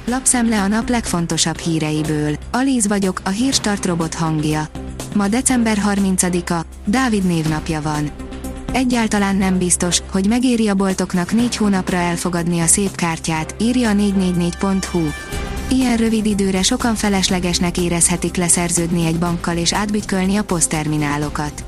Lapszemle a nap legfontosabb híreiből. Alíz vagyok, a Hírstart robot hangja. Ma december 30-a, Dávid névnapja van. Egyáltalán nem biztos, hogy megéri a boltoknak 4 hónapra elfogadni a szép kártyát, írja a 444.hu. Ilyen rövid időre sokan feleslegesnek érezhetik leszerződni egy bankkal és átbütykölni a posztterminálokat.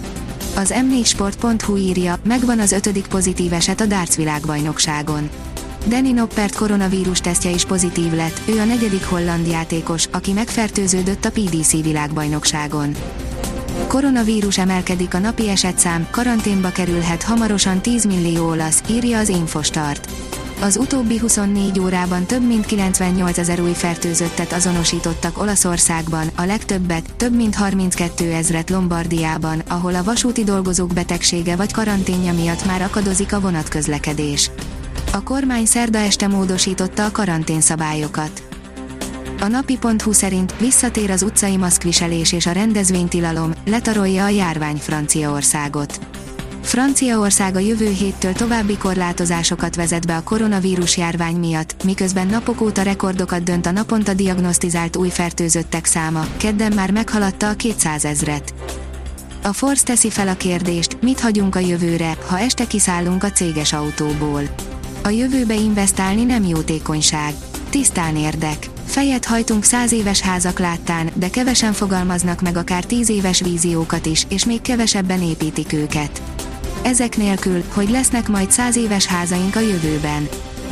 Az m4sport.hu írja, megvan az 5. pozitív eset a darts világbajnokságon. Danny Noppert koronavírus tesztje is pozitív lett, ő a 4. holland játékos, aki megfertőződött a PDC világbajnokságon. Koronavírus emelkedik a napi esetszám, karanténba kerülhet hamarosan 10 millió olasz, írja az Infostart. Az utóbbi 24 órában több mint 98 000 új fertőzöttet azonosítottak Olaszországban, a legtöbbet, több mint 32 000 Lombardiában, ahol a vasúti dolgozók betegsége vagy karanténja miatt már akadozik a vonatközlekedés. A kormány szerda este módosította a karanténszabályokat. A napi.hu szerint visszatér az utcai maszkviselés és a rendezvénytilalom, letarolja a járvány Franciaországot. Franciaország a jövő héttől további korlátozásokat vezet be a koronavírus járvány miatt, miközben napok óta rekordokat dönt a naponta diagnosztizált új fertőzöttek száma, kedden már meghaladta a 200 000-et. A Force teszi fel a kérdést, mit hagyunk a jövőre, ha este kiszállunk a céges autóból. A jövőbe investálni nem jótékonyság. Tisztán érdek. Fejet hajtunk 100 éves házak láttán, de kevesen fogalmaznak meg akár 10 éves víziókat is, és még kevesebben építik őket. Ezek nélkül, hogy lesznek majd 100 éves házaink a jövőben.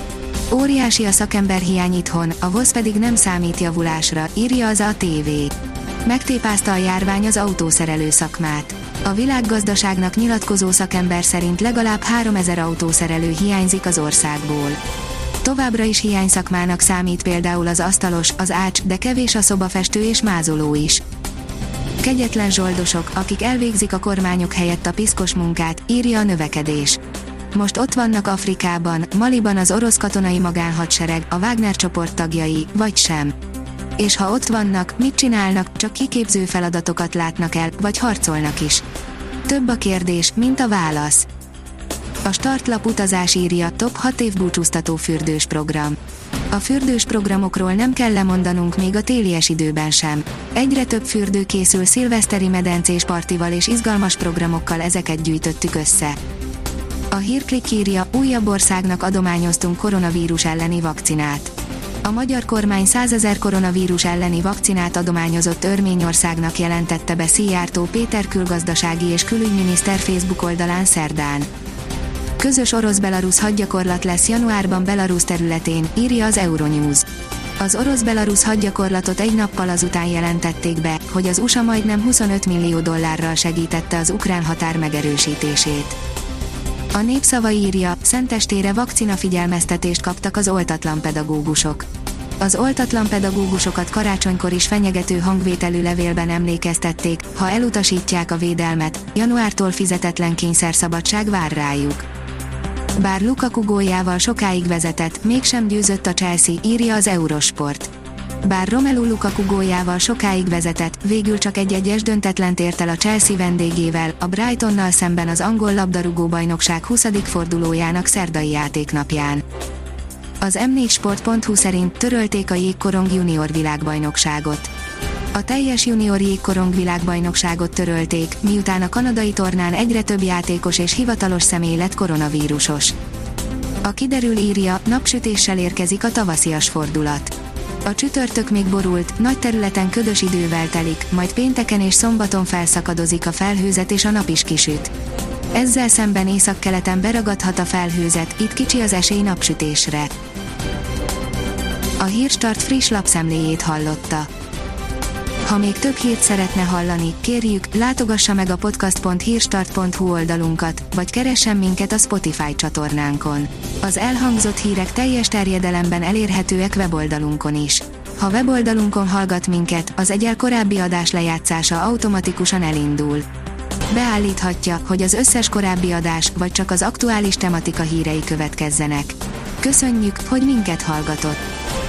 Óriási a szakemberhiány itthon, a VOSZ pedig nem számít javulásra, írja az ATV. Megtépázta a járvány az autószerelő szakmát. A világgazdaságnak nyilatkozó szakember szerint legalább 3000 autószerelő hiányzik az országból. Továbbra is hiányszakmának számít például az asztalos, az ács, de kevés a szobafestő és mázoló is. Kegyetlen zsoldosok, akik elvégzik a kormányok helyett a piszkos munkát, írja a Növekedés. Most ott vannak Afrikában, Maliban az orosz katonai magánhadsereg, a Wagner csoport tagjai, vagy sem. És ha ott vannak, mit csinálnak, csak kiképző feladatokat látnak el, vagy harcolnak is. Több a kérdés, mint a válasz. A startlap utazás írja, top 6 év búcsúztató fürdős program. A fürdős programokról nem kell lemondanunk még a télies időben sem. Egyre több fürdő készül szilveszteri medencés partival és izgalmas programokkal, ezeket gyűjtöttük össze. A Hírklik írja, újabb országnak adományoztunk koronavírus elleni vakcinát. A magyar kormány 100 000 koronavírus elleni vakcinát adományozott Örményországnak, jelentette be Szijjártó Péter külgazdasági és külügyminiszter Facebook oldalán szerdán. Közös orosz-belarusz hadgyakorlat lesz januárban Belarusz területén, írja az Euronews. Az orosz-belarusz hadgyakorlatot egy nappal azután jelentették be, hogy az USA majdnem $25 millió segítette az ukrán határ megerősítését. A Népszava írja, szentestére vakcinafigyelmeztetést kaptak az oltatlan pedagógusok. Az oltatlan pedagógusokat karácsonykor is fenyegető hangvételű levélben emlékeztették, ha elutasítják a védelmet, januártól fizetetlen kényszerszabadság vár rájuk. Bár Lukaku góljával sokáig vezetett, mégsem győzött a Chelsea, írja az Eurosport. Bár Romelu Lukaku góljával sokáig vezetett, végül csak egy 1-1 döntetlent ért el a Chelsea vendégével, a Brightonnal szemben az angol labdarúgó-bajnokság 20. fordulójának szerdai játéknapján. Az m4sport.hu szerint törölték a jégkorong junior világbajnokságot. A teljes junior jégkorong világbajnokságot törölték, miután a kanadai tornán egyre több játékos és hivatalos személy lett koronavírusos. A Kiderül írja, napsütéssel érkezik a tavaszias fordulat. A csütörtök még borult, nagy területen ködös idővel telik, majd pénteken és szombaton felszakadozik a felhőzet és a nap is kisüt. Ezzel szemben északkeleten beragadhat a felhőzet, itt kicsi az esély napsütésre. A Hírstart friss lapszemléjét hallotta. Ha még több hírt szeretne hallani, kérjük, látogassa meg a podcast.hírstart.hu oldalunkat, vagy keressen minket a Spotify csatornánkon. Az elhangzott hírek teljes terjedelemben elérhetőek weboldalunkon is. Ha weboldalunkon hallgat minket, az egyel korábbi adás lejátszása automatikusan elindul. Beállíthatja, hogy az összes korábbi adás, vagy csak az aktuális tematika hírei következzenek. Köszönjük, hogy minket hallgatott!